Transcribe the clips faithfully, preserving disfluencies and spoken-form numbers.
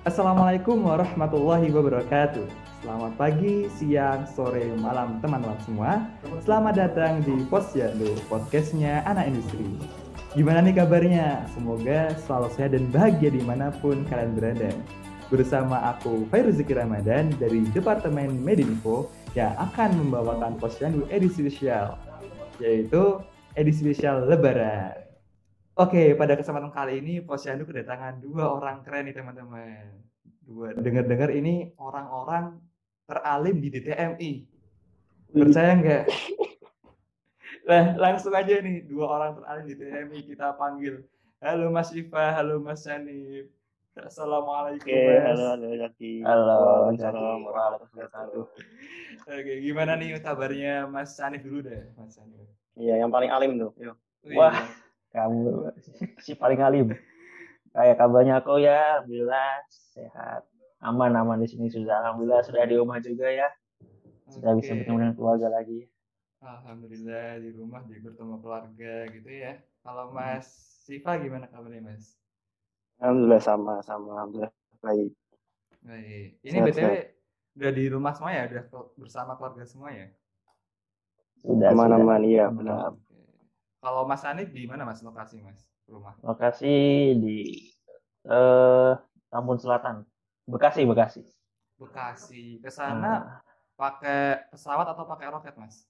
Assalamualaikum warahmatullahi wabarakatuh. Selamat pagi, siang, sore, malam teman-teman semua. Selamat datang di Posyandu, podcastnya anak industri. Gimana nih kabarnya? Semoga selalu sehat dan bahagia dimanapun kalian berada. Bersama aku Fairuz Zikri Ramadan dari Departemen Medinfo yang akan membawakan Posyandu edisi spesial, yaitu edisi spesial Lebaran. Oke, pada kesempatan kali ini Posyandu kedatangan dua orang keren nih teman-teman. Dua dengar-dengar ini orang-orang teralim di D T M I. Percaya nggak? Nah, langsung aja nih dua orang teralim di D T M I kita panggil. Halo Mas Iva, halo Mas Sanif. Assalamualaikum Oke, Mas. halo halo Zaki. Halo, Waalaikumsalam warahmatullahi wabarakatuh. Oke, gimana nih kabarnya Mas Sanif dulu deh, Mas Sanif. Iya, yang paling alim tuh. Yuk. Wah, kamu si paling alim. Kayak kabarnya aku ya, alhamdulillah sehat, aman-aman di sini sudah. Alhamdulillah sudah di rumah juga ya, sudah Oke. bisa bertemu dengan keluarga lagi. Alhamdulillah di rumah di bertemu keluarga gitu ya. Kalau Mas Siva gimana kabarnya Mas? Alhamdulillah sama sama alhamdulillah baik. Baik. Ini Sehat, B T W sehat. udah di rumah semua ya? Udah ke- bersama keluarga semua ya? Sudah, sudah. Aman-aman iya benar. Oke. Kalau Mas Anif di mana Mas lokasi Mas rumah? Lokasi di eh Lampung Selatan, Bekasi, Bekasi. Bekasi. Ke sana Nah, pakai pesawat atau pakai roket Mas?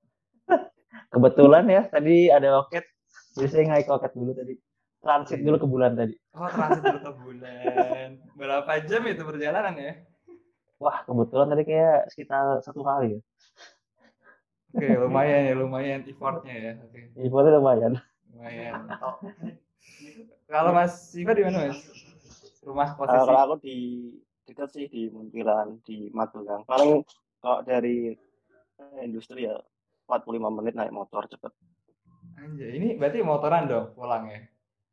kebetulan ya tadi ada roket, jadi saya naik roket dulu tadi. Transit dulu ke bulan tadi. Oh transit dulu ke bulan. Berapa jam itu perjalanan ya? Wah, kebetulan tadi kayak sekitar satu kali ya. Oke lumayan ya lumayan effortnya ya. Oke Infonya lumayan. lumayan. Oh. Kalau Mas Siva di mana Mas? Rumah Uh, posisi? kalau aku di dekat sih di Muntilan di Magelang. Paling kalau dari eh, industri ya empat puluh lima menit naik motor cepet. Anjay, ini berarti motoran dong pulangnya?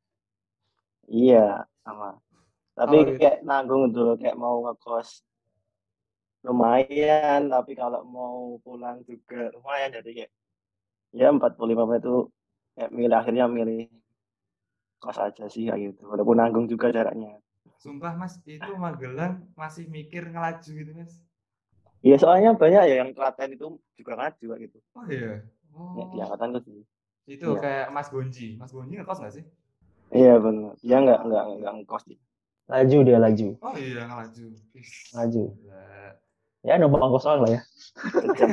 Iya, sama. Tapi Oh, gitu. kayak nanggung dulu kayak mau ngekos lumayan, tapi kalau mau pulang juga lumayan jadi kayak ya empat puluh lima menit itu kayak milih akhirnya milih kos aja sih kayak gitu. Walaupun nanggung juga jaraknya. Sumpah Mas, itu Magelang masih mikir ngelaju gitu Mas? Iya soalnya banyak ya yang Klaten itu juga ngaju kayak gitu. Oh iya? Ya, di Oh, angkatan tuh sih. itu Iya. kayak Mas Gonji. Mas Gonji ngekos nggak sih? Iya benar. Dia nggak nggak nggak ngekos sih. Laju dia laju. Oh iya ngelaju. Is, Laju. gila. Ya numpang kosong lah ya. Sejam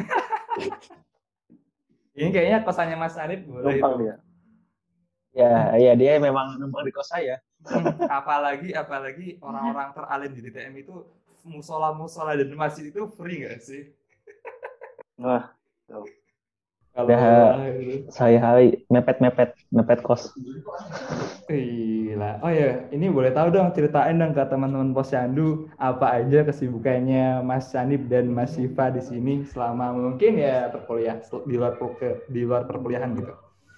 Ini kayaknya kosannya Mas Arif boleh numpang itu. dia. Ya, ya dia memang numpang di kos saya. Hmm, apalagi apalagi orang-orang teralim di D T M itu musola-musola dan masjid itu free nggak sih? Wah, tuh. Kalau Udah itu. sehari-hari mepet-mepet, mepet kos. Gila. Oh ya, ini boleh tahu dong ceritain dong ke teman-teman Posyandu apa aja kesibukannya Mas Sanib dan Mas Siva di sini selama mungkin ya perkuliah di luar perke- di luar perkuliahan gitu.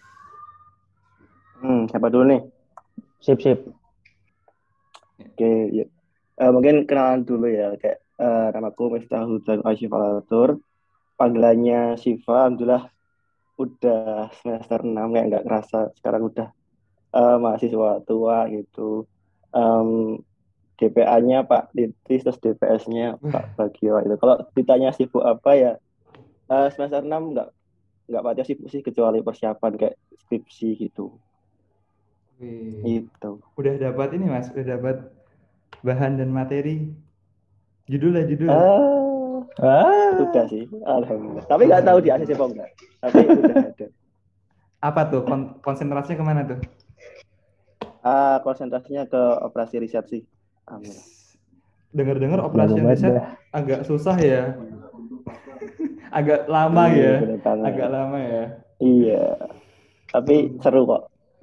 Hmm, siapa dulu nih? Sip, sip. Oke, ya. Eh, mungkin kenalan dulu ya. Kayak eh, namaku Miftahul Asyif Alatur. Panggilannya Siva. Alhamdulillah udah semester enam kayak nggak kerasa sekarang udah eh, mahasiswa tua gitu. Em, D P A-nya Pak Ditis terus D P S-nya Pak Bagio itu. Kalau ditanya sibuk apa ya eh, semester enam nggak nggak banyak sibuk sih kecuali persiapan kayak skripsi gitu. Wih, Itu. udah dapat ini Mas, udah dapat bahan dan materi. Judulnya judul. Ah, Ah, udah sih, alhamdulillah. Tapi nggak tahu di A C C apa enggak. Tapi udah ada. Apa tuh? Kon- konsentrasinya kemana tuh? Ah, konsentrasinya ke operasi riset sih. Alhamdulillah. Dengar-dengar operasi jago banget riset dah. agak susah ya. Agak lama Iya, ya. bener banget. Agak lama ya. Iya. Tapi seru kok.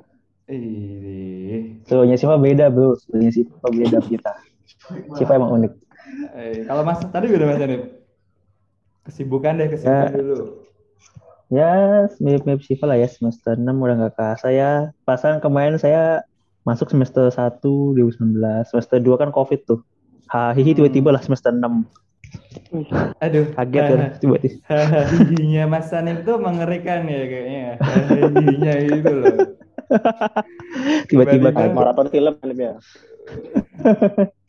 Ih. Suhunya Siva beda bro, suhunya Siva beda kita. Siva emang unik. Eh, kalau Mas tadi udah Mas Anip. Kesibukan deh, kesibukan Ya. dulu. Ya, mirip-mirip Siva lah ya, semester enam udah nggak kerasa ya. Pasan kemarin saya masuk semester satu dua ribu sembilan belas, semester dua kan COVID tuh. Hahihi tiba-tiba lah semester enam. Aduh, Kaget kan tiba-tiba. hahihinya Mas Sanip tuh mengerikan ya kayaknya. Hahihinya itu loh. Tiba-tiba Tiba-tiba kaget. Maraton film kan ya.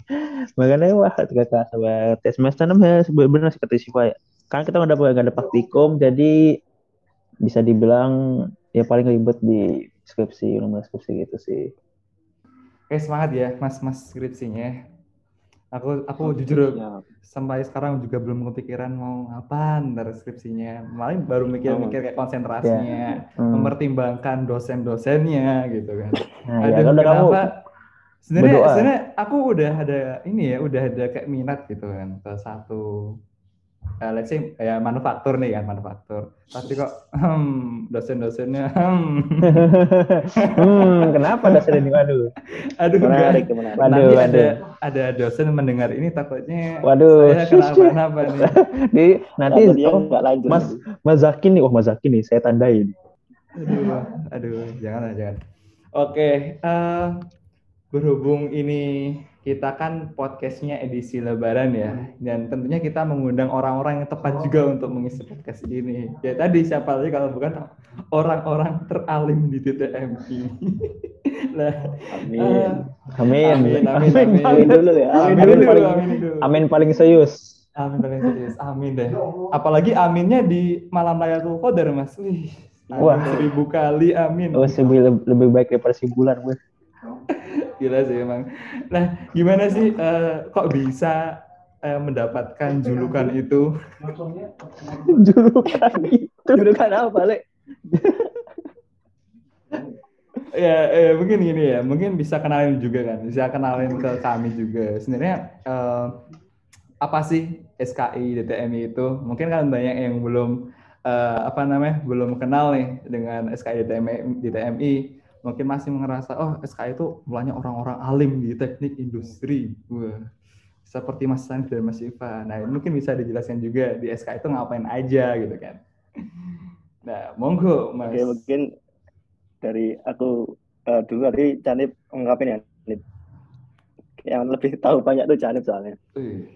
Makanya wah kakak sahabat tes semester enam ya benar sih kata Siva ya. Kan kita udah nggak ada praktikum jadi bisa dibilang ya paling ribet di skripsi, nomor skripsi gitu sih. Oke, semangat ya Mas Mas skripsinya. Aku aku jujur Siap. sampai sekarang juga belum kepikiran mau apa ntar skripsinya. Malah baru mikir-mikir kayak konsentrasinya, Ya. Hmm. mempertimbangkan dosen-dosennya gitu kan. Nah, ya Aduh, kan udah kamu kenapa? Sebenarnya berdoa. sebenarnya aku udah ada ini ya, udah ada kayak minat gitu kan ke satu uh, let's say ya manufaktur nih kan, manufaktur. Tapi kok hmm, dosen-dosennya hmm. hmm, kenapa dosen ini? Waduh. Aduh, Menarik, enggak. menarik. Nanti Waduh, ada waduh. ada dosen mendengar ini takutnya Waduh. saya kenapa-napa nih. Di nanti Atau dia oh, nggak lanjut Mas nanti. Mas Zakin nih, oh Mas Zakin nih, saya tandain. Aduh, aduh, janganlah, jangan. Oke, eh, berhubung ini kita kan podcastnya edisi Lebaran ya, dan tentunya kita mengundang orang-orang yang tepat juga untuk mengisi podcast ini. Ya tadi siapa lagi kalau bukan orang-orang teralim di D T M I. Nah, Amin. eh, Amin. amin, amin, Amin, amin. Amin dulu ya. Amin, Amin dulu, paling- amin dulu. Amin paling serius. Amin paling serius, amin deh. Apalagi aminnya di malam Lailatul Qadar, Mas. Wih, amin Wah. seribu kali amin. Oh, lebih, lebih baik daripada si bulan gue. Gila sih emang. Nah, gimana sih eh, kok bisa eh, mendapatkan julukan itu? Julukan itu. Julukan apa, Le? Ya, eh, mungkin gini ya, mungkin bisa kenalin juga kan, bisa kenalin ke kami juga. Sebenarnya eh, apa sih S K I D T M I itu? Mungkin kan banyak yang belum eh, apa namanya, belum kenal nih dengan S K I D T M I. Mungkin masih ngerasa oh S K I itu mulanya orang-orang alim di teknik industri. Wah, seperti Mas Sanif dan Mas Siva. Nah, mungkin bisa dijelaskan juga di S K I itu ngapain aja gitu kan. Nah, monggo Mas. Oke, mungkin dari aku uh, dulu tadi Canip ngungkapin ya. Nip. Yang lebih tahu banyak tuh Canip soalnya. Uh.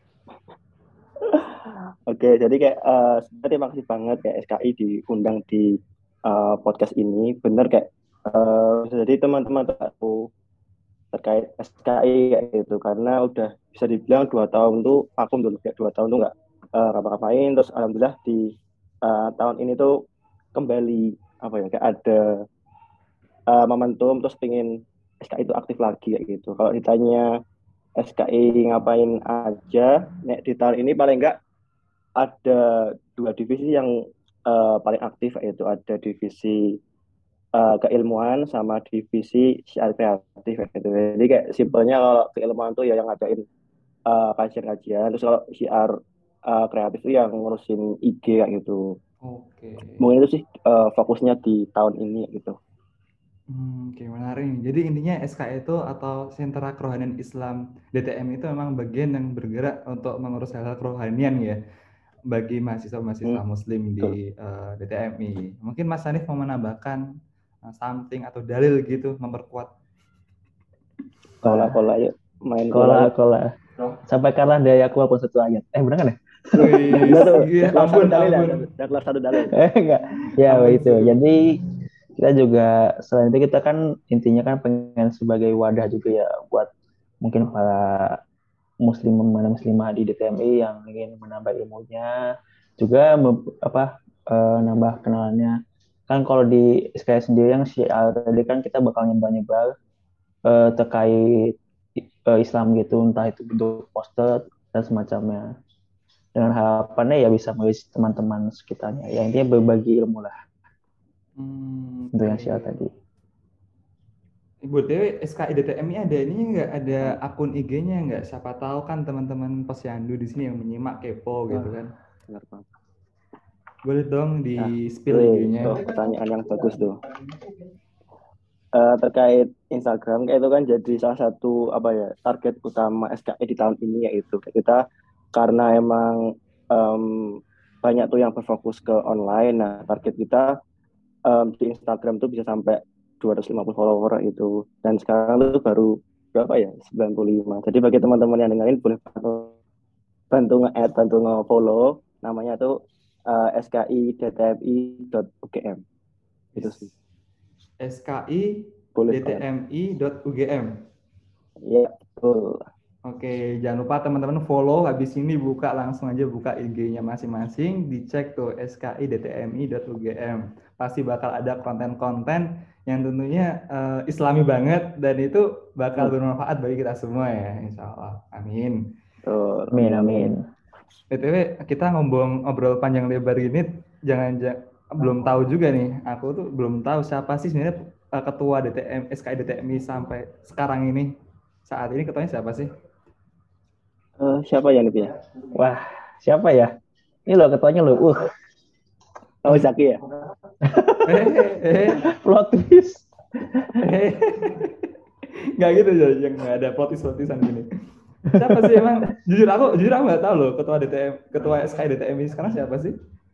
Oke, jadi kayak uh, sebenarnya terima kasih banget kayak S K I diundang di uh, podcast ini. Bener kayak uh, jadi teman-teman aku terkait S K I kayak gitu karena udah bisa dibilang dua tahun tuh aku dulu kayak dua tahun tuh nggak uh, ngapa-ngapain, terus alhamdulillah di uh, tahun ini tuh kembali apa ya kayak ada uh, momentum terus pengen S K I itu aktif lagi kayak gitu. Kalau ditanya S K I ngapain aja, nek di tahun ini paling enggak ada dua divisi yang uh, paling aktif, yaitu ada divisi uh, keilmuan sama divisi syiar kreatif gitu. Jadi kayak simpelnya kalau keilmuan tuh ya yang ngadain uh, kajian-kajian, terus kalau syiar uh, kreatif itu yang ngurusin I G kayak gitu. Oke. Mungkin itu sih uh, fokusnya di tahun ini gitu. Hmm, oke, menarik nih. Jadi intinya S K I itu atau Sentra Kerohanian Islam D T M itu memang bagian yang bergerak untuk mengurus hal-hal kerohanian ya bagi mahasiswa-mahasiswa Hmm, muslim betul. di uh, D T M I. Mungkin Mas Hanif mau menambahkan uh, something atau dalil gitu memperkuat. Kola-kola yuk main Kola, kola. kola. Sampaikanlah dari aku walaupun satu ayat. Eh, benar kan ya? Wih, Udah tuh, iya, udah kelar ampun, satu dalil ya, ampun. udah kelar satu dalil. Eh, enggak. Ya, Ampun, begitu. sudah. Jadi kita juga selain itu kita kan intinya kan pengen sebagai wadah juga ya buat mungkin para muslim dan muslimah di D T M I yang ingin menambah ilmunya, juga mem- apa eh, nambah kenalannya. Kan kalau di S K I sendiri yang syiar tadi kan kita bakal nyebar-nyebar eh, terkait eh, Islam gitu, entah itu bentuk poster dan semacamnya. Dengan harapannya ya bisa mengisi teman-teman sekitarnya. Ya intinya berbagi ilmu lah Hmm, untuk yang oke. syiar tadi. Ibu Dewi, S K I D T M I ada ini nggak, ada akun I G-nya nggak? Siapa tahu kan teman-teman posyandu di sini yang menyimak kepo gitu kan. Benar banget. Boleh dong di Nah, spill Wih, I G-nya. tuh pertanyaan yang bagus tuh. Eh, terkait Instagram kayak itu kan jadi salah satu apa ya target utama S K I di tahun ini, yaitu kayak kita karena emang em, banyak tuh yang berfokus ke online. Nah, target kita em, di Instagram tuh bisa sampai dua ratus lima puluh follower itu, dan sekarang tuh baru berapa ya, sembilan puluh lima. Jadi bagi teman-teman yang dengerin boleh bantu bantu nge-add, bantu nge-follow, namanya tuh uh, s k i d t m i dot u g m. Itu sih. S K I Boleh D T M I dot U G M. Iya, betul. Oke, jangan lupa teman-teman follow, habis ini buka langsung aja buka I G-nya masing-masing, dicek tuh s k i d t m i dot u g m. Pasti bakal ada konten-konten yang tentunya uh, islami banget dan itu bakal bermanfaat bagi kita semua ya, insya Allah. Amin. Tuh, Amin, amin. B T W kita ngomong ngobrol panjang lebar ini, jangan jangan belum tahu juga nih. Aku tuh belum tahu siapa sih sebenarnya uh, ketua D T M S K I D T M I sampai sekarang ini. Saat ini ketuanya siapa sih? Uh, siapa ya nih ya? Wah, siapa ya? Ini loh ketuanya loh. Uh. Oh, Zaki ya? Hehehe. Plot twist. Nggak gitu ya, yang nggak ada plot twist plot-twistan gini. Siapa sih emang? Jujur aku, jujur aku nggak tahu loh ketua D T M, ketua S K I D T M I sekarang siapa sih?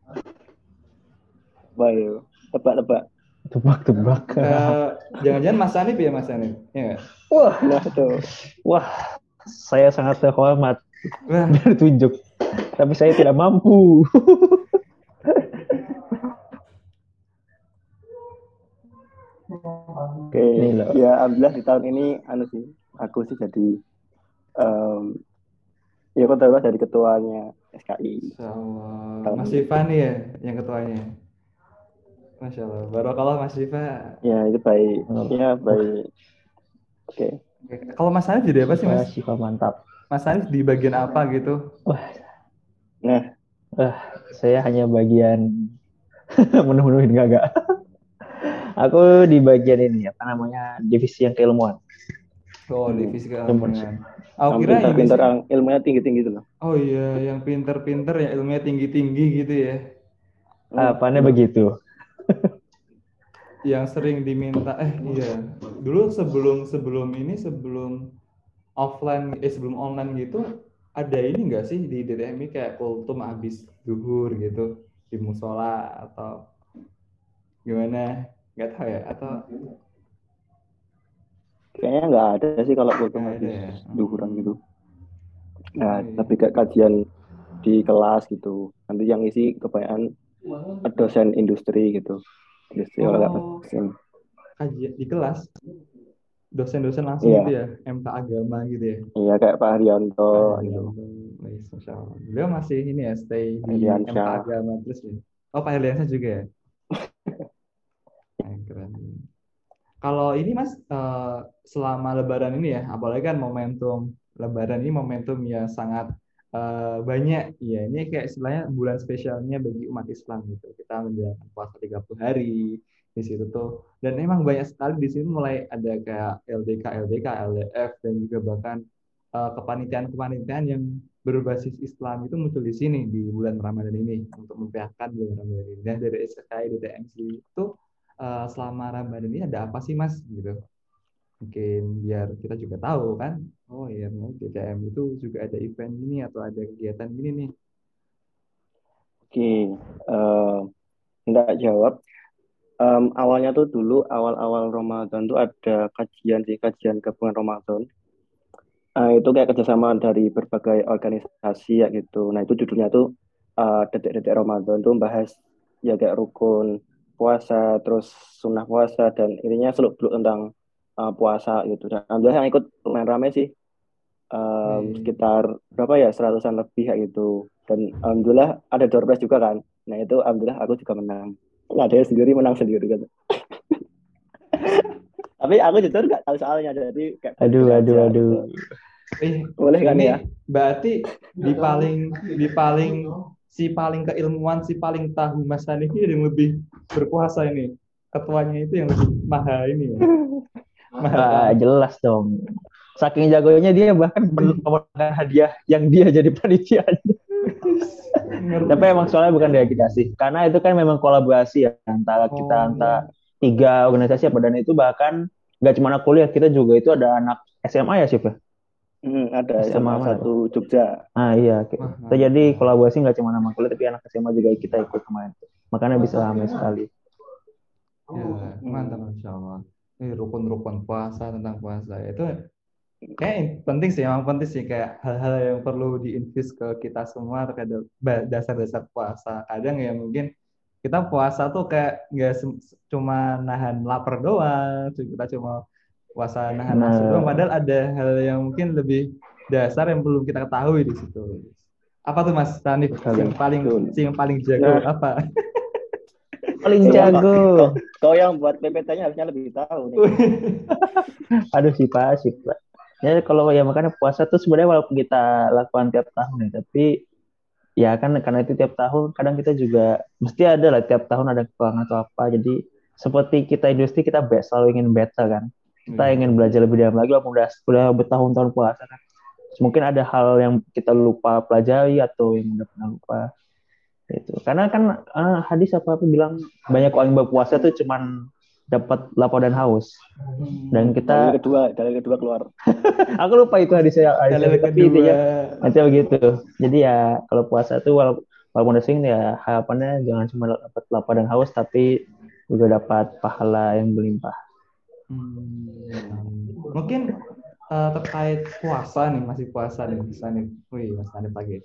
Baik, tebak-tebak. Tebak-tebak. Uh, jangan-jangan Mas Hanif ya Mas Hanif? Ya nggak? Wah, nah tuh. Wah, saya sangat terhormat Wah, ditunjuk, tapi saya tidak mampu. Oke, ya alhamdulillah di tahun ini anu sih, aku sih jadi um, ya aku terus jadi ketuanya S K I. Insyaallah. Mas Siva nih ya yang ketuanya. Masya Allah, barokallah Mas Siva. Ya itu baik, oh. ya baik. Oke. Okay. Kalau Mas Hanif jadi apa sih Mas? Siva mantap. Mas Hanif di bagian apa gitu? Wah, nah, uh, saya hanya bagian menuh-menuhin gak-gak. Aku di bagian ini apa namanya divisi yang keilmuan. Oh, divisi keilmuan. Aku kira yang pinter yang ilmunya tinggi-tinggi itu loh. Oh iya, yang pinter-pinter yang ilmunya tinggi-tinggi gitu ya. Apanya hmm. begitu? Yang sering diminta eh iya. Dulu sebelum sebelum ini sebelum offline eh sebelum online gitu ada ini enggak sih di D T M I kayak kultum habis zuhur gitu di musola atau gimana? Nggak tahu ya atau kayaknya nggak ada sih kalau kultum habis ya. Zuhuran gitu. Nah, oh, iya. Tapi kayak kajian di kelas gitu. Nanti yang isi kebanyakan dosen industri gitu. Industri oh, olahraga mesin. Kajian di kelas. Dosen-dosen langsung iya. Gitu ya, M K agama gitu ya. Iya, kayak Pak Haryanto Pak gitu. Masya Allah. Beliau masih ini ya, stay di M K agama terus ya. Oh, Pak Heliansyah juga ya. Keren. Kalau ini Mas uh, selama Lebaran ini ya, apalagi kan momentum Lebaran ini momentum yang sangat uh, banyak. Ya, ini kayak istilahnya bulan spesialnya bagi umat Islam gitu. Kita menjalankan puasa tiga puluh hari di situ tuh. Dan memang banyak sekali di sini mulai ada kayak L D K, L D K, L D F dan juga bahkan uh, kepanitiaan-kepanitiaan yang berbasis Islam itu muncul di sini di bulan Ramadan ini untuk memeriahkan bulan Ramadan ini. Dan dari S K I D T M I itu Uh, selama Ramadan ini ada apa sih Mas gitu mungkin biar kita juga tahu kan oh iya D T M itu juga ada event ini atau ada kegiatan gini nih. Oke, uh, enggak jawab. Um, awalnya tuh dulu awal-awal Ramadan tuh ada kajian sih kajian gabungan Ramadan. Uh, itu kayak kerjasama dari berbagai organisasi ya gitu. Nah itu judulnya tuh uh, detik-detik Ramadan tuh bahas ya kayak rukun puasa, terus sunnah puasa, dan intinya seluk-beluk tentang uh, puasa gitu. Dan alhamdulillah yang ikut lumayan ramai sih, um, hmm. sekitar berapa ya, seratusan lebih kayak gitu. Dan alhamdulillah ada door prize juga kan. Nah itu alhamdulillah aku juga menang. Nggak ada sendiri, menang sendiri kan. Tapi aku jujur nggak tahu soalnya, jadi kayak aduh, aduh, aja, aduh. Eh, boleh kan ya? Berarti di paling, di paling si paling keilmuan, si paling tahu Mas Hanif ini yang lebih berkuasa ini. Ketuanya itu yang lebih maha ini ya. Maha ah, jelas dong. Saking jagonya dia bahkan perlu memenangkan hadiah yang dia jadi panitianya. Tapi emang soalnya bukan dari kita sih. Karena itu kan memang kolaborasi ya antara kita oh, antara iya. tiga organisasi apa, dan itu bahkan nggak cuma anak kuliah, kita juga itu ada anak S M A ya sih, Pak? Hmm, ada S M A satu Jogja. Ah iya, kita jadi kolaborasi nggak cuma nama kuliah tapi anak S M A juga kita ikut kemarin. Makanya bisa ramai sekali. Ya, mantap Masya Allah. Ini rukun-rukun puasa, tentang puasa itu kayak penting sih, emang penting sih kayak hal-hal yang perlu diinfus ke kita semua terkait dasar-dasar puasa. Kadang ya mungkin kita puasa tuh kayak nggak cuma nahan lapar doang, kita cuma puasa nahan nafsu doang, padahal ada hal yang mungkin lebih dasar yang belum kita ketahui di situ. Apa tuh Mas Ranif? Betul, Yang paling betul. yang paling jago Nah. apa? Paling Kau, jago. kau yang buat P P T-nya harusnya lebih tahu nih. Aduh sih Pak, sih Pak. Ya kalau ya makanya puasa tuh sebenarnya walaupun kita lakukan tiap tahun ya, tapi ya kan karena itu tiap tahun kadang kita juga mesti ada lah tiap tahun ada kekurangan atau apa. Jadi seperti kita industri kita be- selalu ingin better kan. Kita ingin belajar lebih dalam lagi walaupun udah, udah bertahun-tahun puasa kan. Mungkin ada hal yang kita lupa pelajari atau yang udah pernah lupa. Itu. Karena kan uh, hadis apa apa bilang banyak orang yang berpuasa tuh cuman dapat lapar dan haus. Dan Dalil kita kedua, dalil kedua keluar. aku lupa itu hadisnya, hadisnya Dalil tapi kedua. intinya nanti begitu. Jadi ya kalau puasa tuh walaupun walaupun udah sering ya harapannya jangan cuma dapat lapar dan haus tapi juga dapat pahala yang berlimpah. Hmm. Mungkin uh, terkait puasa nih, masih puasa nih, bisa nih. Wih, Mas Ranif pagi.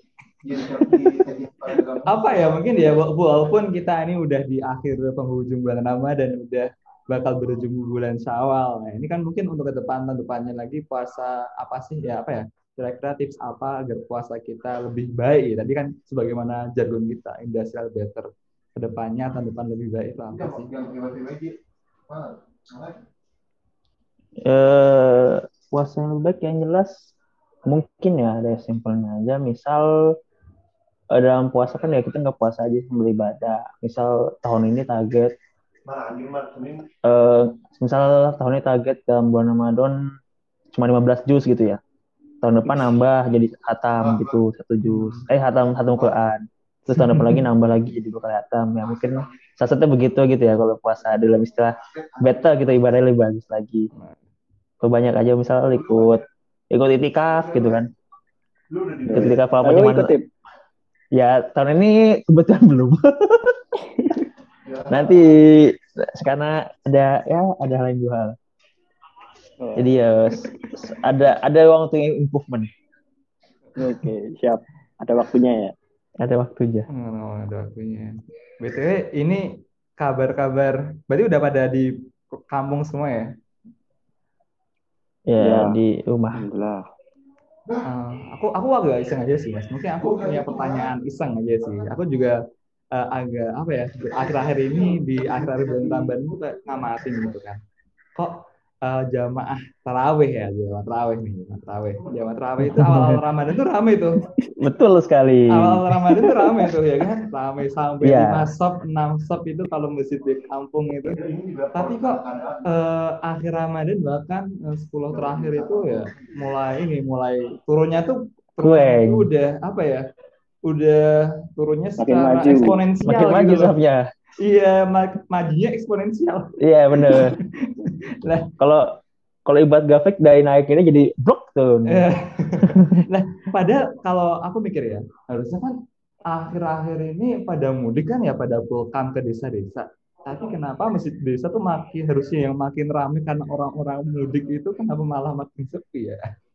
Apa ya mungkin ya walaupun kita ini udah di akhir penghujung bulan Ramadan dan udah bakal berujung bulan Syawal. Nah, ini kan mungkin untuk ke depan tahun depannya lagi puasa apa sih ya apa ya? Kira-kira tips apa agar puasa kita lebih baik? Tadi kan sebagaimana jargon kita industrial better. Ke depannya tahun depan lebih baik itu apa sih? Eh puasa yang lebih baik yang jelas mungkin ya ada simpelnya aja. Misal eh, dalam puasa kan ya kita nggak puasa aja sambil ibadah. Misal tahun ini target eh misal tahun ini target dalam bulan Ramadan cuma lima belas juz gitu ya. Tahun depan nambah jadi khatam gitu satu juz. Eh khatam khatam Quran. Terus tahun depan lagi nambah lagi jadi dua kali khatam. Ya mungkin salah satunya begitu gitu ya kalau puasa dalam istilah beta gitu ibadahnya lebih bagus lagi. Banyak aja misalnya ikut ikut itikaf gitu kan. Ikut itikaf apa Ayo cuman ikutin. ya tahun ini kebetulan belum. Nanti karena ada ya ada hal yang jual. Oh, Jadi ya s- s- ada ada ruang untuk improvement. Oke, siap. Ada waktunya ya. Ada waktunya. Oh, ada waktunya. B T W ini kabar-kabar, berarti udah pada di kampung semua ya? Ya, Ya. di rumah. Alhamdulillah. Uh, aku aku agak iseng aja sih Mas. Mungkin aku punya pertanyaan iseng aja sih. Aku juga uh, agak apa ya akhir-akhir ini di akhir-akhir bulan Ramadan itu kayak ngamatin gitu kan. Kok uh, jamaah tarawih ya, jamaah tarawih nih, jamaah tarawih. Jamaah tarawih itu awal-awal Ramadan tuh rame tuh. Betul sekali. Awal Ramadan tuh rame tuh ya kan, rame sampai Iya. lima sop, enam sop itu kalau masjid di kampung itu. Tapi kok eh, akhir Ramadan bahkan eh, sepuluh terakhir itu ya mulai ini mulai turunnya tuh turunnya Kueng. tuh udah apa ya? Udah turunnya Makin secara maju. eksponensial Makin maju gitu loh. sahnya. Iya, ma- majunya eksponensial. Iya bener. Lah, Kalau kalau ibarat grafik dari naik ini jadi blok tuh. Eh, Nah, padahal kalau aku mikir ya, harusnya kan akhir-akhir ini pada mudik kan ya pada pulang ke desa-desa. Tapi kenapa masjid desa tuh makin harusnya yang makin ramai karena orang-orang mudik itu kenapa malah makin sepi ya?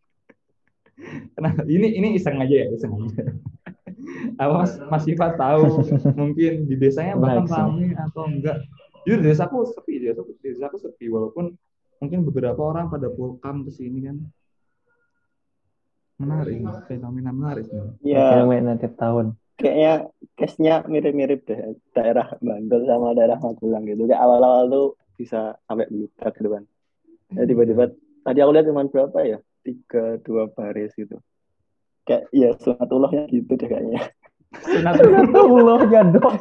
Kenapa? Ini ini iseng aja ya, iseng aja. Apa Mas Mas Siva tahu mungkin di desanya bahkan Nice. ramai atau enggak? Jujur desaku sepi, desaku desaku sepi walaupun mungkin beberapa orang pada pulang ke sini kan. Menarik, fenomena menarik nih. Ya, Fenomena tiap tahun. kayaknya case-nya mirip-mirip deh. Daerah Bantul sama daerah Magelang gitu. Kayak awal-awal tuh bisa sampai berubah ke depan. Ya, tiba-tiba, tadi aku lihat cuma berapa ya? Tiga, dua baris gitu. Kayak, ya sunatullahnya gitu deh kayaknya. Sunatullahnya dong.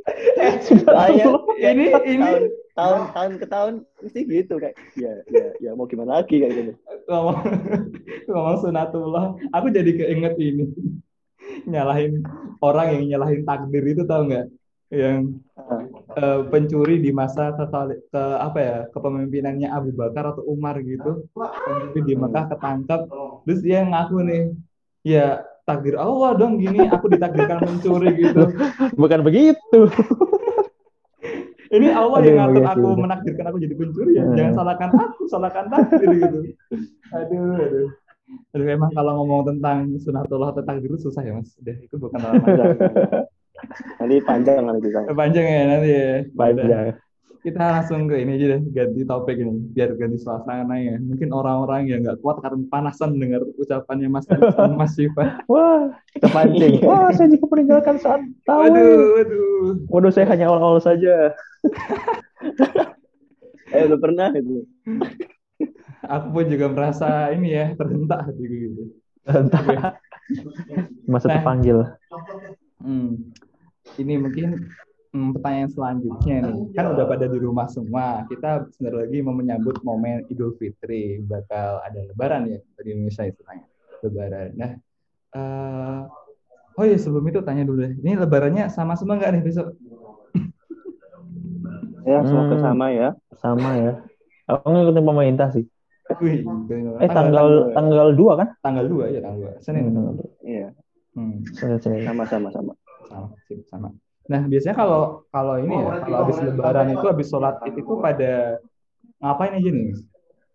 Kayak, Ini ini tahun, tahun, tahun ke tahun mesti gitu. Kayak, ya, ya, ya mau gimana lagi kayak gitu. ngomong ngomong sunatullah, aku jadi keinget ini nyalahin orang yang nyalahin takdir itu tahu nggak? Yang Ah, eh, pencuri di masa ke, ke apa ya kepemimpinannya Abu Bakar atau Umar gitu, pencuri di Mekah ketangkap, terus dia ngaku nih, ya takdir Allah dong gini, aku ditakdirkan mencuri gitu. Bukan begitu. Ini Allah Aduh, yang ngatur begitu. aku, menakdirkan aku jadi pencuri ya. Hmm. Jangan salahkan aku, salahkan takdir gitu. Aduh, aduh. Aduh, emang kalau ngomong tentang sunatullah atau takdir itu susah ya mas. Udah, itu bukan lama. panjang, panjang. Nanti panjang nanti. Bang. Panjang ya nanti ya. Panjang. kita langsung ke ini aja deh, ganti topik ini, biar ganti suasana ya. Mungkin orang-orang yang nggak kuat karena panasan dengar ucapannya Mas Dut sama Mas Siva. Wah, kepancing. Wah, saya juga meninggalkan saat tahu. Waduh, waduh. Waduh, saya hanya awal-awal saja. Eh, udah pernah itu. Aku pun juga merasa ini ya, terhentak hatiku gitu. Entah. Masa Nah. terpanggil. Hmm. Ini mungkin hmm, pertanyaan selanjutnya nih. Kan udah pada di rumah semua. Kita sebentar lagi mau menyambut momen Idul Fitri. Bakal ada Lebaran ya di Indonesia istilahnya. Lebaran. Nah, eh, oh iya sebelum itu tanya dulu deh. Ini Lebarannya sama semua nggak nih besok? Ya, semoga Hmm. sama ya. Sama ya. Aku ngikutin pemerintah sih. Wih, Eh tanggal tanggal dua kan? tanggal dua ya tanggal dua. Senin. Hmm. Iya, Hmm. Senin, Senin. sama-sama sama. Sama, sip, sama. Nah, biasanya kalau kalau ini ya, kalau habis Lebaran itu habis sholat Id itu pada ngapain aja nih? Mas?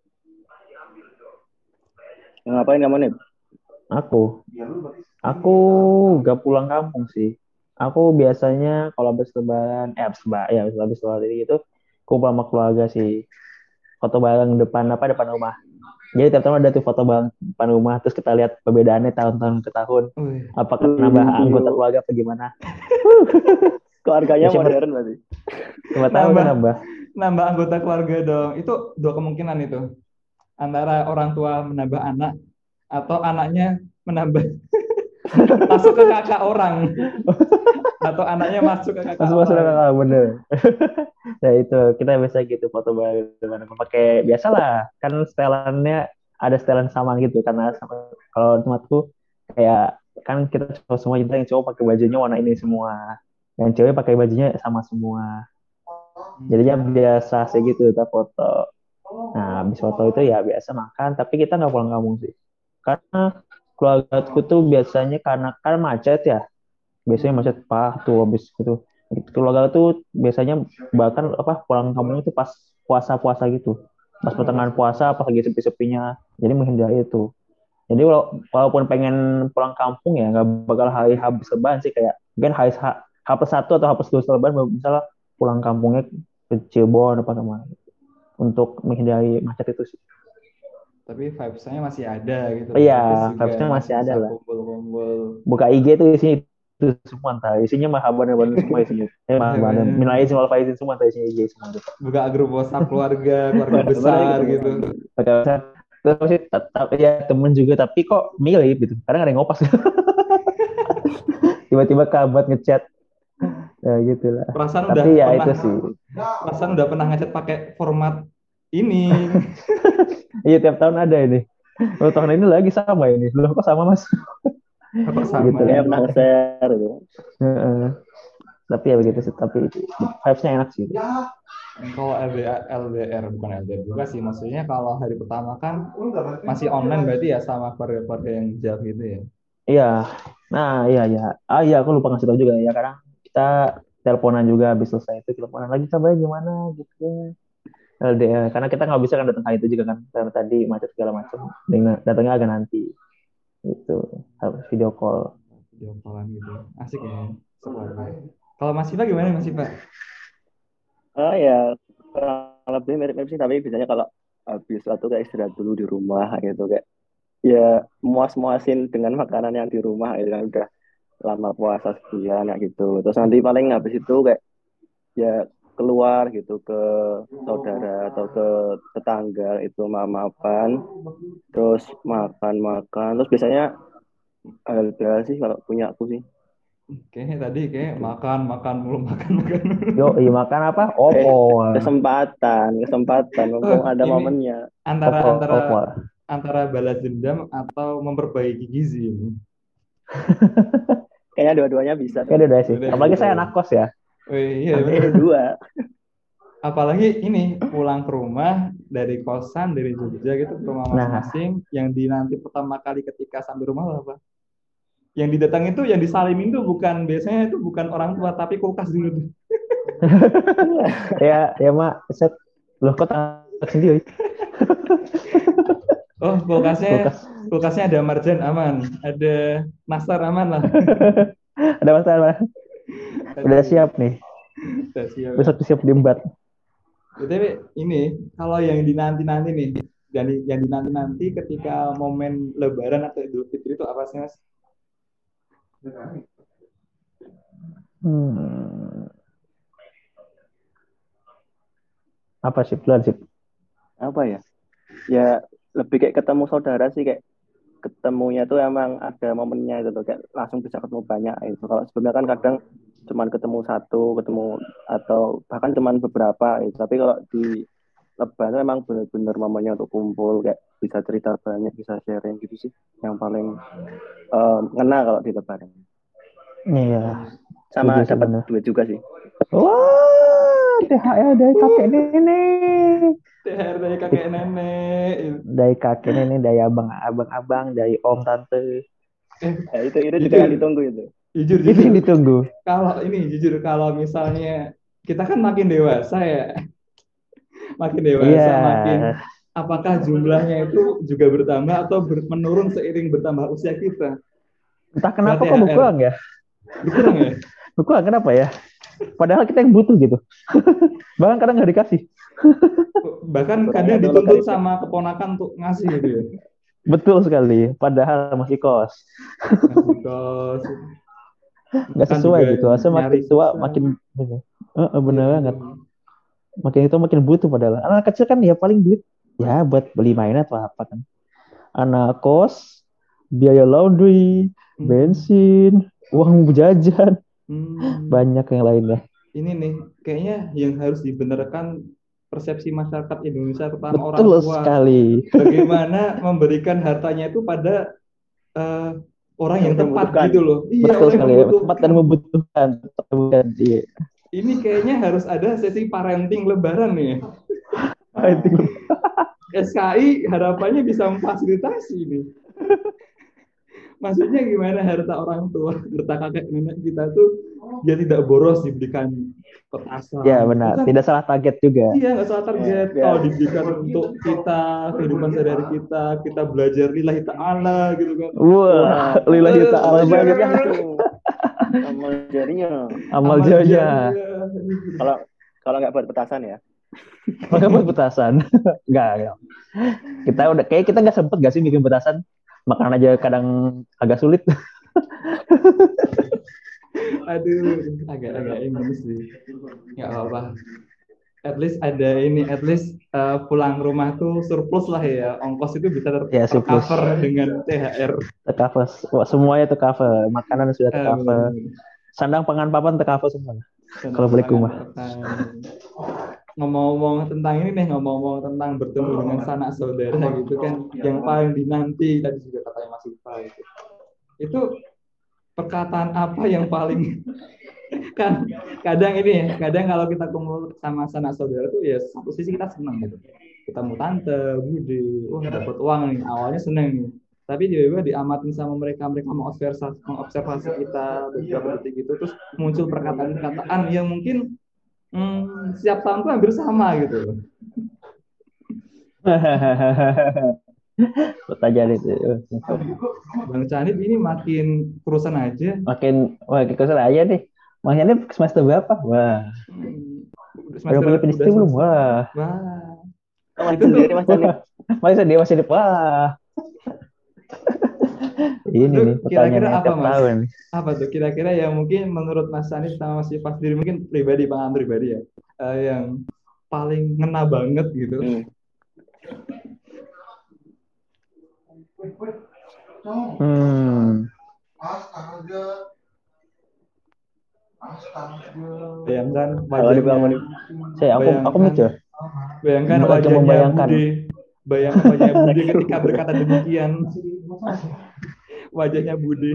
Ngapain kamu nih? Aku, aku gak pulang kampung sih. Aku biasanya kalau habis Lebaran, eh habis Lebaran, ya habis habis sholat Id itu kumpul sama keluarga sih. Foto bareng depan apa depan rumah. Jadi tiap tahun ada tuh foto bareng depan rumah, terus kita lihat perbedaannya tahun-tahun ke tahun. Wih, Apakah nambah anggota keluarga apa gimana? Keluarganya Ya, siapa- modern berarti. Coba tahu Nambah. kan nambah. nambah anggota keluarga dong. Itu dua kemungkinan itu. Antara orang tua menambah anak atau anaknya menambah masuk ke kakak orang. Atau anaknya masuk ke kakak Masuk masuk orang. kakak bener. Nah itu kita biasa gitu foto bareng dengan pakai biasalah kan setelannya ada setelan sama gitu karena sama, kalau tempatku kayak kan kita cowok semua kita yang cowok pakai bajunya warna ini semua, yang cewek pakai bajunya sama semua. Jadinya biasa sih gitu kita foto. Nah habis foto itu ya biasa makan, tapi kita nggak pulang kampung sih karena keluargaku tuh biasanya karena kan macet ya. Biasanya macet parah tuh habis itu. Keluarga tuh biasanya bahkan apa pulang kampung itu pas puasa-puasa gitu. Pas pertengahan puasa pas lagi sepi-sepinya. Jadi menghindari itu. Jadi wala- walaupun pengen pulang kampung ya nggak bakal hari habis lebaran sih kayak mungkin hari H plus satu atau H plus dua lebaran baru misalnya pulang kampungnya ke Cirebon apa sama untuk menghindari macet itu sih. Tapi vibes-nya masih ada gitu. Iya, Terus juga vibes-nya masih ada bisa lah. Kumpul-kumpul. Buka I G tuh isinya itu semua entah isinya mah haban-haban semua isinya. Eh haban minal aizin wal faizin semua entah isinya I G semua gitu. Buka grup WhatsApp keluarga, keluarga besar gitu. Pakai WhatsApp terus sih tetap ya temen juga tapi kok milih gitu. Kadang ada yang ngopas. Tiba-tiba kabat ngechat. Ya gitu lah. Perasaan udah Tapi ya pernah, itu sih. perasaan udah pernah ngechat pakai format ini. Iya tiap tahun ada ini. Oh, tahun ini lagi sama ini. Loh kok sama Mas? Apa sama? Gitu. Saya pernah share gitu. Heeh. Tapi ya begitu sih. Tapi vibes-nya enak sih. Kalau L D R, L D R bukan L D R juga sih. Maksudnya kalau hari pertama kan masih online berarti ya sama keluarga-keluarga yang jauh gitu ya. Iya. Nah, iya ya. Ah iya aku lupa ngasih tahu juga ya. Kadang kita teleponan juga habis selesai itu teleponan lagi kabarnya gimana gitu. L D R karena kita nggak bisa kan datang hari itu juga kan karena tadi macet segala macam. Dengan datangnya agak nanti. Gitu. Harus video call. Video callan gitu. Asik ya. Sekeluarga. Kalau Mas Siva gimana Mas Siva? Oh ya, kurang lebih mirip-mirip sih, tapi biasanya kalau habis suatu kayak istirahat dulu di rumah gitu kayak ya muas-muasin dengan makanan yang di rumah gitu kan udah lama puasa sebulan ya gitu. Terus nanti paling habis itu kayak ya keluar gitu ke saudara atau ke tetangga itu maaf-maafan, terus makan-makan, terus biasanya L D R sih kalau punya aku sih. Kayaknya tadi kayak makan, makan mulu, makan, makan. Yo, iya makan apa? Oppo. Kesempatan, kesempatan, mumpung Oh, ada ini momennya. Antara Oppo, antara Oppo. antara balas dendam atau memperbaiki gizi. Kayaknya dua-duanya bisa. Kayak udah sih. Udah, Apalagi gitu. saya anak kos ya. Wih, iya Eh, bener. dua. Apalagi ini pulang ke rumah dari kosan dari Jogja gitu ke rumah Nah. masing-masing, yang dinanti pertama kali ketika sampai rumah apa? Yang didatangi itu, yang disalimin tuh bukan biasanya itu bukan orang tua tapi kulkas dulu tuh. ya, ya mak, set. Loh kok tak sendiri? Oh, kulkasnya Kulkas. kulkasnya ada marjan aman, ada nastar aman lah. Ada masalah. Udah siap nih. Udah siap. Besok siap diembat. Tapi ini kalau yang dinanti-nanti nih, dan yang dinanti-nanti ketika momen Lebaran atau Idul Fitri itu apa sih Mas? Hmm. Apa sih pelan sih? Apa ya? Ya lebih kayak ketemu saudara sih, kayak ketemunya tuh emang ada momennya gitu, kayak langsung bisa ketemu banyak itu. Kalau sebelumnya kan kadang cuman ketemu satu, ketemu atau bahkan cuman beberapa itu. Tapi kalau di Lebaran emang bener-bener momennya untuk kumpul, kayak bisa cerita banyak, bisa sharing gitu sih. Yang paling um, ngena kalau di Lebaran. Iya, setuju Sama sih dapat bener. duit juga sih. Wah, T H R dari kakek nenek. T H R dari kakek nenek. Dari kakek nenek, dari abang-abang, dari om tante. Eh, Ya, itu itu juga jujur, yang ditunggu itu. jujur, Itu yang jujur. ditunggu. Kalau ini jujur kalau misalnya kita kan makin dewasa ya, makin dewasa, Iya, makin apakah jumlahnya itu juga bertambah atau ber- menurun seiring bertambah usia kita? entah kenapa Berarti kok T H R berkurang ya. berkurang ya? Berkurang kenapa ya? Padahal kita yang butuh gitu. Bahkan kadang nggak dikasih. Bahkan Kurangnya kadang tuh dituntut lokalisnya. sama keponakan untuk ngasih gitu ya. Betul sekali. Padahal masih kos. Ngasih kos. Nggak Kan sesuai juga gitu. Asal nyari makin tua susah. makin bener. Eh, Iya bener benar. banget. Makin itu makin butuh padahal. Anak kecil kan ya paling duit ya buat beli mainan atau apa kan. Anak kos, biaya laundry, Hmm. bensin, uang jajan, Hmm. banyak yang lainnya. Ini nih kayaknya yang harus dibenarkan persepsi masyarakat Indonesia terutama orang Betul tua. sekali. Bagaimana memberikan hartanya itu pada uh, orang yang Yang tepat membutuhkan. gitu loh. Iya, Betul orang yang sekali ya. Tempat membutuhkan. dan membutuhkan. Bukan, iya. Ini kayaknya harus ada sesi parenting lebaran nih. Parenting. S K I harapannya bisa memfasilitasi ini. Maksudnya gimana harta orang tua, harta kakek nenek kita tuh dia tidak boros diberikan petasan. Ya benar, Bukan, tidak salah target juga. iya nggak salah target. Ya, Kalau ya. diberikan untuk kita kehidupan sehari-hari kita, kita belajar lillahi ta'ala gitu kan. Wah, lillahi Eh, ta'ala iya. banget kan. Amal jarinya. Amal jaya. Kalau kalau nggak buat petasan ya. Maka buat petasan. Enggak, enggak. Kita udah kayak kita nggak sempet gak sih bikin petasan. Makan aja kadang agak sulit. Aduh, agak-agak ini sih. Nggak apa-apa. At least ada ini, at least uh, pulang rumah tuh surplus lah ya. Ongkos itu bisa ter- Ya, surplus. tercover dengan T H R. Tercover. Wah, semuanya tercover. Makanan sudah Eh, tercover. bener-bener. Sandang pangan papan tercover semua. Dan Kalau balik rumah. Ngomong-ngomong tentang ini nih, ngomong-ngomong tentang bertemu dengan sanak saudara gitu kan, yang paling dinanti tadi juga katanya Mas Ifa itu. Itu perkataan apa yang paling kan kadang ini ya, kadang kalau kita kumpul sama sanak saudara tuh ya satu sisi kita senang gitu. Ketemu tante, bude, wah dapat uang nih, awalnya seneng nih. Tapi tiba-tiba diamatin sama mereka, mereka mengobservasi, mengobservasi kita beberapa detik gitu, terus muncul perkataan-perkataan yang mungkin hmm, setiap tahun tuh hampir sama gitu. Pertanyaan itu. Bang Canip ini makin kurusan aja. Makin, wah kesel aja nih. Makanya semester berapa? Wah. Hmm, Udah punya penistri belum? Wah. Wah. Oh, itu sendiri Mas Canip. Masih dia masih di wah. Ini Itu nih kira-kira pertanyaannya apa tiap Mas? tahun. Apa tuh kira-kira yang mungkin menurut Mas Sanif sama Mas Ifa sendiri mungkin pribadi pengalaman pribadi ya, uh, yang paling ngena banget gitu. Hmm. Hmm. Bayangkan Kalau di wajahnya, bangun Saya aku aku mikir. bayangkan Lagi wajahnya membayangkan. Bude, bayangkan wajahnya Bude ketika berkata demikian. Wajahnya Bude.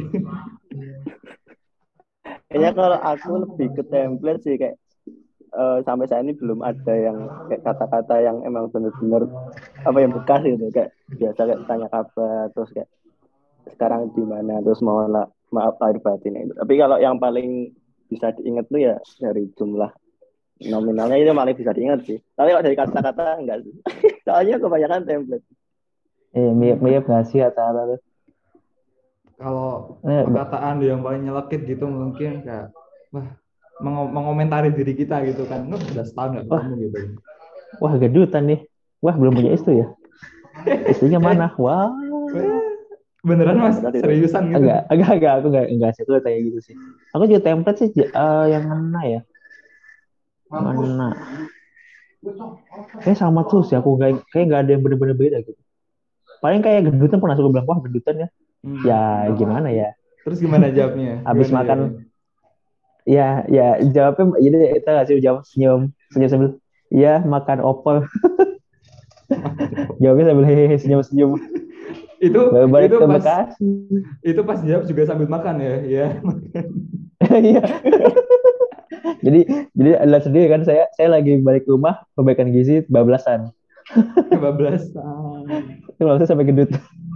kayaknya kalau aku lebih ke template sih, kayak eh, sampai saat ini belum ada yang kayak kata-kata yang emang benar-benar apa yang bekas gitu, kayak biasa kayak tanya kabar terus kayak sekarang di mana, terus mohon lah maaf lahir batin itu. Tapi kalau yang paling bisa diingat tuh ya dari jumlah nominalnya itu paling bisa diingat sih. Tapi kalau dari kata-kata enggak sih. Soalnya kebanyakan template. Eh, mirip-mirip nggak sih kata-kata tuh? Kalau Eh, perkataan yang paling nyelekit gitu mungkin kayak wah meng- mengomentari diri kita gitu kan, "Nuh, udah setahun nggak ketemu gitu." wah gedutan nih. Wah belum punya istri ya. Istrinya mana? Wah. Beneran mas? Seriusan gitu? Agak, agak, agak. Aku nggak, nggak sih. Aku tanya gitu sih. Aku juga template sih uh, yang mana ya? Mana? Kayak sama terus ya. Aku kayak kayak nggak ada yang bener-bener beda gitu. Paling kayak gedutan pernah suka bilang wah gedutan ya. Hmm. Ya gimana ya? Terus gimana jawabnya? Habis gimana makan. Jawabnya? Ya, ya jawabnya jadi kita nggak sih jawab senyum, senyum sambil iya makan opor. Jawabnya sambil hehehe senyum-senyum. Itu balik itu ke pas Bekasi. Itu pas jawab juga sambil makan ya, ya. Iya. jadi jadi adalah sendiri kan saya saya lagi balik ke rumah perbaikan gizi bablasan. Bablasan. Itu maksudnya sampai gendut.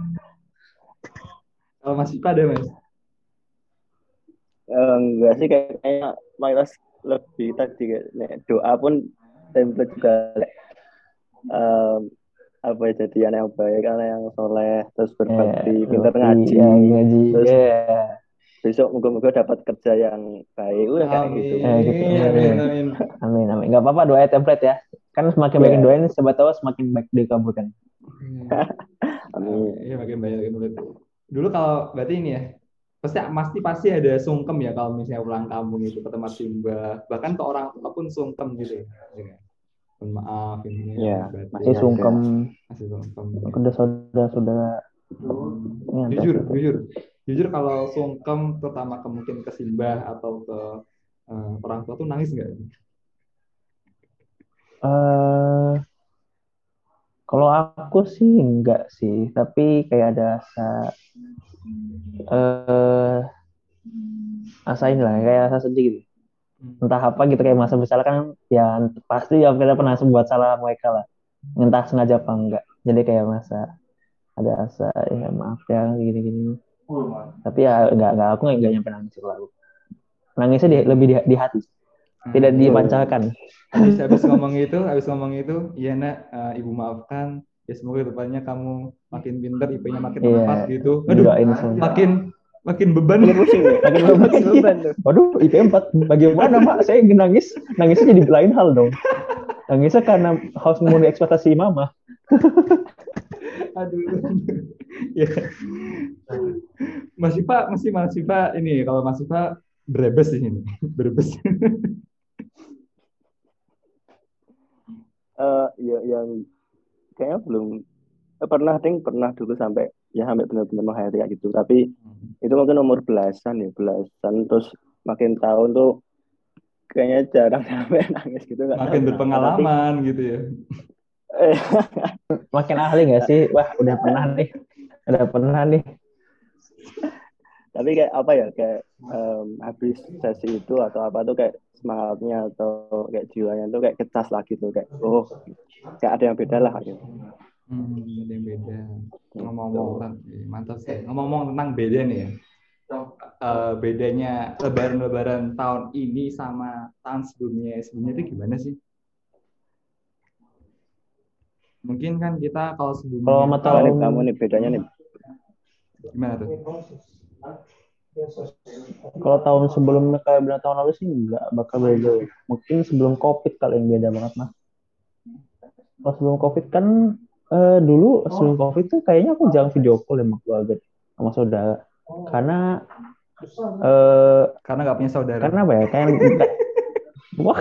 Kalau masih pada mas? Uh, enggak sih kayaknya mayoritas lebih tadi kayak doa pun template juga um, apa ya jadi anak yang baik, anak yang soleh, terus berbakti, yeah, pintar ngaji, ya, ngaji, terus yeah. besok moga-moga dapat kerja yang baik, udah kayak gitu. Eh, gitu. Amin, amin, amin, amin. Gak apa-apa doa template ya, kan semakin yeah. baik doain, siapa tahu semakin baik dikabulkan. Amin. Iya makin banyak itu. Dulu kalau berarti ini ya. Pasti pasti pasti ada sungkem ya kalau misalnya pulang kampung itu ke tempat simbah, bahkan ke orang tua pun sungkem gitu ya. Mohon maaf ini ya, masih sungkem, masih sungkem. Udah saudara-saudara. Hmm. Jujur, jujur, jujur kalau sungkem terutama ke mungkin ke simbah atau ke uh, orang tua tuh nangis nggak? Uh, kalau aku sih enggak sih, tapi kayak ada asa eh asa ini lah, kayak asa sedih gitu. Entah apa gitu kayak masa bersalah kan ya pasti ya kita pernah membuat salah mereka lah. Entah sengaja apa enggak. Jadi kayak masa ada asa ya maaf ya gini-gini. Tapi ya enggak enggak aku enggak nyampe nangis lalu. Nangisnya di, lebih di, di hati. Tidak hmm. dipancarkan. Habis habis ngomong itu, habis ngomong itu, ya nak uh, ibu maafkan. Ya semoga depannya kamu makin pintar, I P-nya makin empat yeah. gitu. Aduh, makin makin beban. Makin beban. Waduh, I P empat. Bagaimana, Mak? Saya nangis, nangisnya jadi lain hal dong. Nangisnya karena harus memenuhi ekspektasi Mama. Aduh. Ya. Mas Ipa, masih Mas Ipa ini kalau Mas Ipa berebes di sini. Berebes. uh, ya yang kayaknya belum eh, pernah ding pernah dulu sampai ya sampai benar-benar menghayati kayak gitu, tapi hmm. itu mungkin umur belasan ya belasan terus makin tahun tuh kayaknya jarang sampai nangis gitu. Makin berpengalaman tapi, gitu ya. Makin ahli nggak sih? Wah udah pernah nih, udah pernah nih. Tapi kayak apa ya kayak um, habis sesi itu atau apa tuh kayak semangatnya atau kayak jiwanya tuh kayak kecas lagi tuh kayak oh kayak ada yang beda lah gitu. Hmm, ada yang beda. Ngomong-ngomong kan, mantap sih. Ngomong-ngomong tentang beda nih ya. Uh, bedanya lebaran-lebaran tahun ini sama tahun sebelumnya sebelumnya itu gimana sih? Mungkin kan kita kalau sebelumnya kalau sama tahun nih, kamu nih bedanya nih gimana tuh? Kalau tahun sebelumnya kayak beberapa tahun lalu sih nggak bakal beda. Mungkin sebelum COVID kali yang beda banget mah. Kalau sebelum COVID kan eh, dulu sebelum COVID tuh kayaknya aku jarang video call sama keluarga sama saudara. Karena eh, karena nggak punya saudara. Karena apa ya? Kayak wah,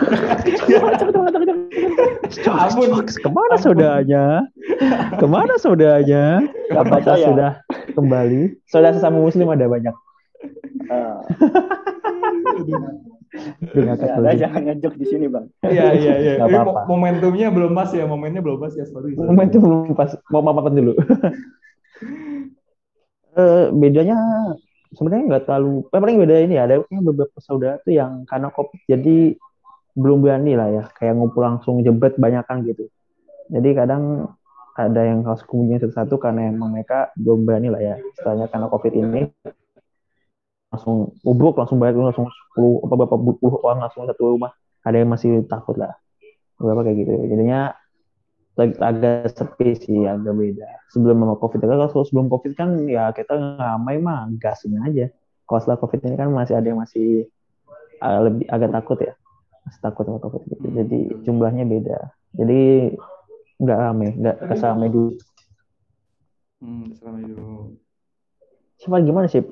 ampun, kemana saudaranya? Kemana saudaranya? Apakah sudah kembali? Saudara sesama muslim ada banyak. Uh. ya, jangan ngejok di sini bang. Iya iya iya. Momentumnya belum pas ya, momennya belum pas ya. Sorry. Momentum belum pas. Mau maafkan dulu. uh, bedanya sebenarnya nggak terlalu. Paling beda ini ya. Ada beberapa saudara tuh yang karena COVID jadi belum berani lah ya, kayak ngumpul langsung jebret banyakan gitu. Jadi kadang ada yang harus kunjungi satu-satu karena emang mereka belum berani lah ya. Setelahnya karena COVID ini langsung ubruk, langsung banyak langsung sepuluh apa berapa puluh orang langsung satu rumah. Ada yang masih takut lah. Beberapa kayak gitu. Jadinya agak sepi sih, agak beda. Sebelum sama COVID, kalau sebelum COVID kan ya kita ngamai mah gasin aja. Kalau setelah COVID ini kan masih ada yang masih uh, lebih agak takut ya. masih takut sama COVID gitu. Hmm, Jadi betul. jumlahnya beda. Jadi nggak rame, nggak kesamai dulu. Hmm, selama dulu. Siapa gimana sih?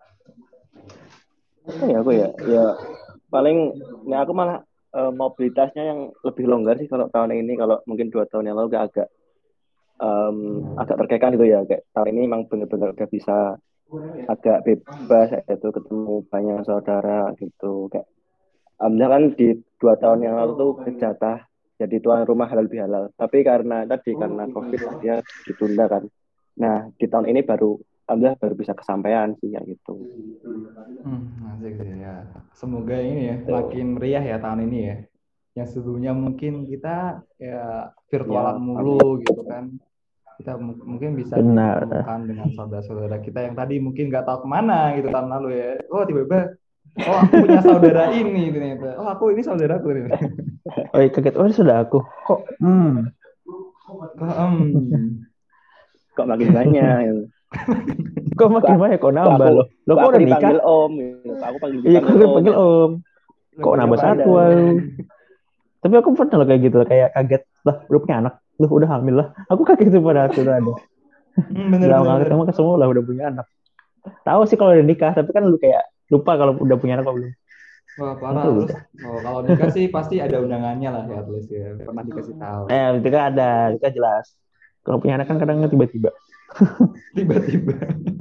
Apa ya aku ya, ya paling, nah aku malah eh, mobilitasnya yang lebih longgar sih kalau tahun ini. Kalau mungkin dua tahun yang lalu agak agak em, agak terkekang gitu ya. Kayak tahun ini memang benar-benar udah bisa agak bebas, itu ketemu banyak saudara gitu. Kayak alhamdulillah kan di dua tahun yang lalu tuh kejatah jadi tuan rumah halal bihalal. Tapi karena tadi karena COVID akhirnya ditunda kan. Nah di tahun ini baru alhamdulillah baru bisa kesampaian sih ya gitu. Hmm, asik sih ya. Semoga ini ya Tuh. makin meriah ya tahun ini ya. Yang sebelumnya mungkin kita ya virtualan Ya, amin. mulu gitu kan. Kita m- mungkin bisa Benar. dipertemukan dengan saudara-saudara kita yang tadi mungkin nggak tahu kemana gitu tahun lalu ya. Oh tiba-tiba, oh aku punya saudara ini ternyata. Oh aku ini saudaraku ternyata. Oh iya, kaget. Oh ini sudah aku. Kok? Hmm. Oh, em. Kok makin banyak gitu. Kok makin Kok, banyak? Kok kok nambah aku loh? Lo kok kok aku udah nikah? dipanggil om gitu. Kok aku panggil Iya, kok dipanggil om dipanggil gitu. om. Kok Lebih nambah kepada satu? Wow. Tapi aku pernah loh kayak gitu, kayak kaget. Lah, udah punya anak. Loh, udah hamil lah. Aku kaget tuh pada waktu itu ada. hmm, Udah lama gak bener-bener. ketemu, ke semua lah udah punya anak. Tahu sih kalau udah nikah, tapi kan lu kayak lupa kalau udah punya anak apa belum. Wah Aku parah. Terus udah. oh, kalau nikah sih pasti ada undangannya lah ya at least ya. Pernah dikasih tahu. Eh, itu kan ada, itu kan jelas. Kalau punya anak kan kadang tiba-tiba. Tiba-tiba.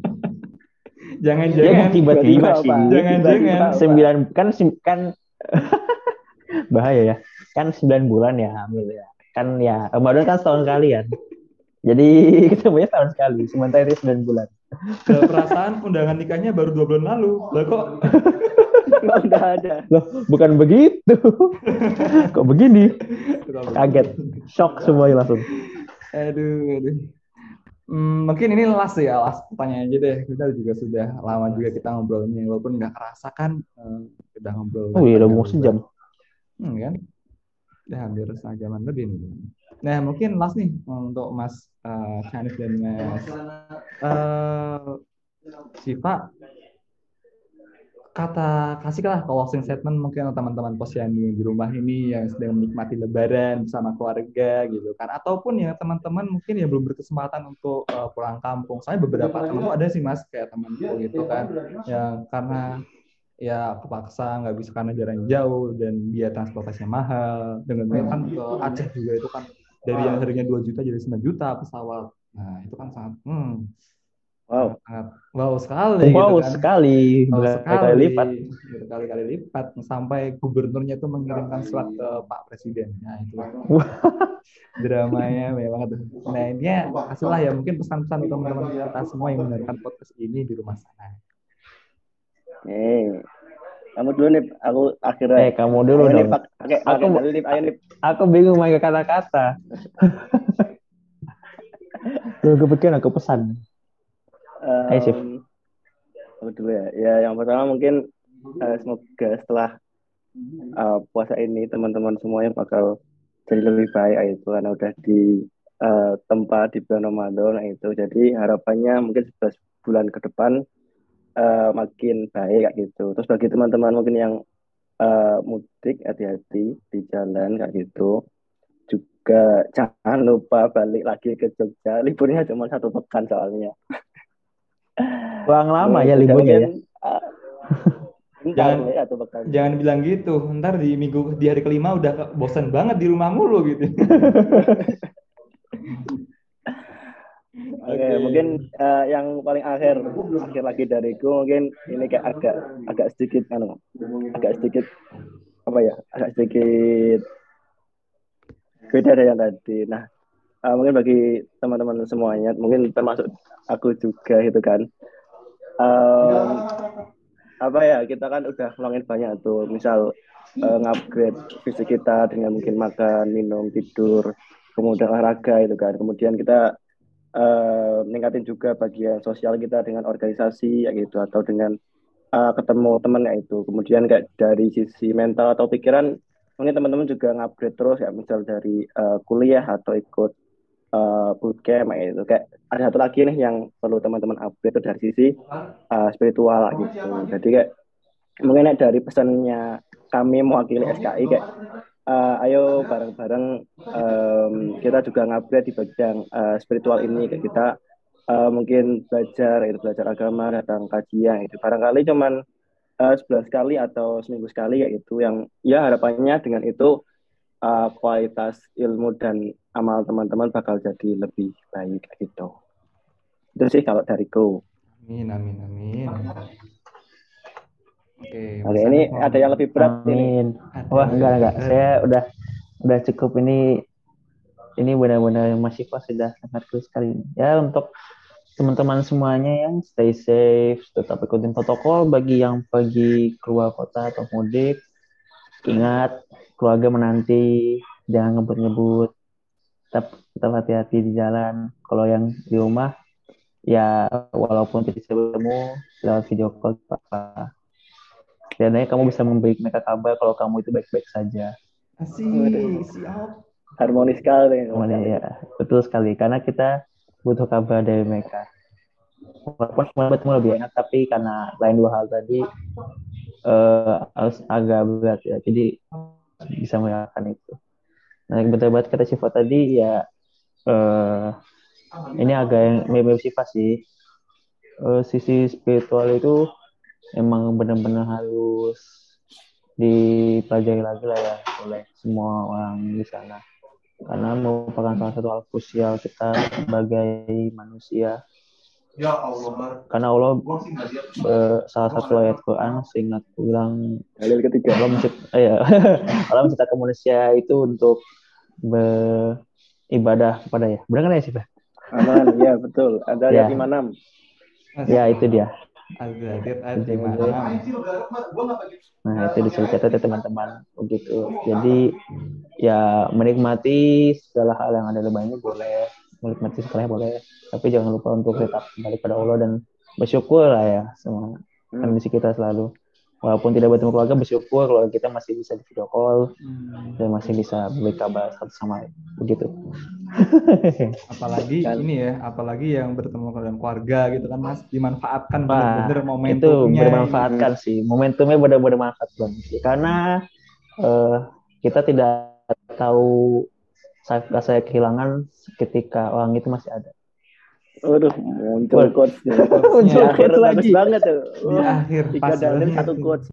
Ya Jangan-jangan. nggak tiba-tiba Tiba-tiba sih. apa? Jangan-jangan. Tiba-tiba apa? Sembilan kan sim- kan bahaya ya. Kan sembilan bulan ya hamil ya. Kan ya Ramadan kan setahun sekali kan. Jadi ketemunya setahun sekali. Sementara itu sembilan bulan. Nah, perasaan undangan nikahnya baru dua bulan lalu. Lah kok Nggak udah ada. Loh, bukan begitu. Kok begini? Kaget. Shock semuanya langsung. Aduh, aduh. Hmm, mungkin ini last ya, last pertanyaan aja deh. Kita juga sudah lama juga kita ngobrolnya, walaupun nggak kerasa kan, eh, udah ngobrol Oh iya, udah panjang mau sejam. lebar. Hmm, kan? Udah hampir setengah jaman lebih nih. Nah, mungkin last nih untuk Mas eh, Chanis dan Mas eh Siva, kata kasihlah closing statement mungkin untuk teman-teman posyandu di rumah ini yang sedang menikmati Lebaran bersama keluarga gitu kan, ataupun yang teman-teman mungkin yang belum berkesempatan untuk uh, pulang kampung. Saya beberapa temanku ada sih mas kayak temanku gitu kan, yang karena ya kepaksa nggak bisa karena jarak jauh dan biaya transportasinya mahal. Dengan kan ke Aceh juga itu kan dari yang harganya dua juta jadi sembilan juta pesawat. Nah itu kan sangat hmm, Wow. sangat wow sekali gitu Wow kan. sekali, Wow berkali sekali, lipat. berkali-kali lipat sampai gubernurnya tuh mengirimkan surat ke Pak Presiden. Nah itu dramanya memang tuh. Nah ini hasilnya ya mungkin pesan-pesan untuk teman-teman kita semua yang mendengarkan podcast ini di rumah sana. Eh, kamu dulu nih, aku akhirnya. Eh, kamu dulu Ayo nih, dong. pak- pakai Aku pakai dalil nih, ayo nih. aku bingung pakai kata-kata. Belum kepikiran aku pesan. Hai Sif. Em, aku dulu ya. Ya yang pertama mungkin eh, semoga setelah eh, puasa ini teman-teman semuanya bakal jadi lebih baik itu karena udah di eh, tempat di bulan Ramadan itu. Jadi harapannya mungkin sebelas bulan ke depan eh, makin baik kayak gitu. Terus bagi teman-teman mungkin yang eh, mudik, hati-hati di jalan kayak gitu. Juga jangan lupa balik lagi ke Jogja. Liburnya cuma satu pekan soalnya. Kurang lama Nah, ya itu liburnya ya. mungkin, ah, bentar Jangan ya satu pekan. jangan bilang gitu. Ntar di minggu di hari kelima udah ke- bosan banget di rumah mulu gitu. Oke, Oke. mungkin eh, yang paling akhir akhir lagi dariku mungkin ini kayak agak agak sedikit anu, agak sedikit apa ya? Agak sedikit beda dari yang tadi. Nah, eh, mungkin bagi teman-teman semuanya, mungkin termasuk aku juga itu kan. Em, apa ya? Kita kan udah ngulangin banyak tuh, misal eh, ngupgrade fisik kita dengan mungkin makan, minum, tidur, kemudian olahraga itu kan. Kemudian kita eh, meningkatin juga bagian sosial kita dengan organisasi ya gitu atau dengan eh, ketemu teman ya itu. Kemudian kayak dari sisi mental atau pikiran mungkin teman-teman juga ngupgrade terus ya misal dari eh, kuliah atau ikut eh, bootcamp ya itu. Kayak ada satu lagi nih yang perlu teman-teman upgrade itu dari sisi eh, spiritual lah gitu. Jadi kayak mungkin dari pesannya kami mewakili S K I kayak uh, ayo bareng-bareng um, kita juga ngupgrade di bidang uh, spiritual ini kayak kita uh, mungkin belajar itu belajar agama datang kajian itu barangkali cuman uh, sebulan sekali atau seminggu sekali yaitu yang ya harapannya dengan itu uh, kualitas ilmu dan amal teman-teman bakal jadi lebih baik gitu. Itu sih kalau dariku. Amin, amin, amin. Oke, Oke, ini mau... ada yang lebih berat amin. Ini. Wah, enggak, enggak. Saya udah udah cukup ini. Ini benar-benar Mas Syifa sudah sangat clear sekali. Ya, untuk teman-teman semuanya yang stay safe, tetap ikutin protokol bagi yang pergi keluar kota atau mudik. Ingat, keluarga menanti, jangan ngebut-ngebut. Tetap, tetap hati-hati di jalan. Kalau yang di rumah, ya walaupun tidak bisa bertemu lewat video call apa. Dan kamu bisa memberi mereka kabar kalau kamu itu baik-baik saja. Asik, siap. Harmonis sekali. Harmonis, ya, betul sekali. Karena kita butuh kabar dari mereka. Walaupun bertemu lebih enak, tapi karena lain dua hal tadi uh, harus agak berat ya. Jadi bisa melakukan itu. Nah, betul banget kata Syifa tadi ya. Uh, ini agak yang mirip Syifa sih. Uh, sisi spiritual itu emang benar-benar harus dipelajari lagi lah ya oleh semua orang di sana. Karena merupakan salah satu hal krusial kita sebagai manusia. Ya Allah. Karena Allah uh, salah satu ayat Quran seingat bilang dalil ketiga Allah mencipta, eh, ya, Allah menciptakan manusia itu untuk beribadah kepada ya. Benar kan ya sih, Pak? Aman, ya betul. Ada ayat lima puluh enam. Ya itu dia. Al-Ghadir ayat lima puluh enam. Nah itu disuruh catat ya teman-teman begitu. Jadi ya menikmati segala hal yang ada di dalam ini boleh, menikmati segalanya boleh, tapi jangan lupa untuk tetap kembali pada Allah dan bersyukur lah ya semua kondisi kita selalu. Walaupun tidak bertemu keluarga, bersyukur kalau kita masih bisa di video call hmm. dan masih bisa beri kabar satu sama lain begitu. Apalagi kan. Ini ya, apalagi yang bertemu dengan keluarga gitu kan Mas, dimanfaatkan Wah, benar-benar momentumnya. Itu bermanfaatkan gitu. Sih, momentumnya benar-benar manfaat banget sih. Karena uh, kita tidak tahu rasa saya kehilangan ketika orang itu masih ada. Waduh, muncul quotes. Muncul quotes lagi. Bagus banget tuh. Di oh, akhir tiga dalil satu quotes.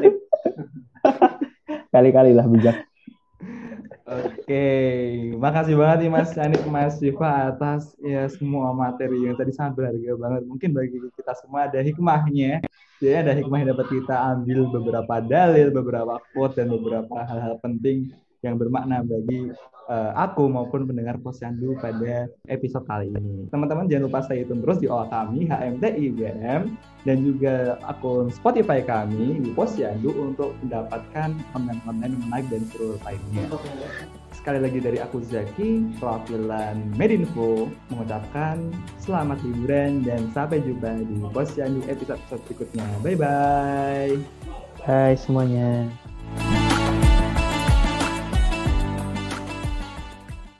Kali-kali lah bijak. Oke, makasih banget nih Mas Anik, Mas Syifa atas ya semua materi yang tadi sangat berharga banget. Mungkin bagi kita semua ada hikmahnya. Jadi ada hikmah yang dapat kita ambil beberapa dalil, beberapa quote dan beberapa hal-hal penting yang bermakna bagi uh, aku maupun pendengar Posyandu pada episode kali ini. Teman-teman jangan lupa stay tune terus di O A kami H M T I B M dan juga akun Spotify kami di Posyandu untuk mendapatkan konten-konten menarik dan seru lainnya. Sekali lagi dari aku Zaki, perwakilan Medinfo mengucapkan selamat liburan dan sampai jumpa di Posyandu episode berikutnya. Bye bye. Hai semuanya.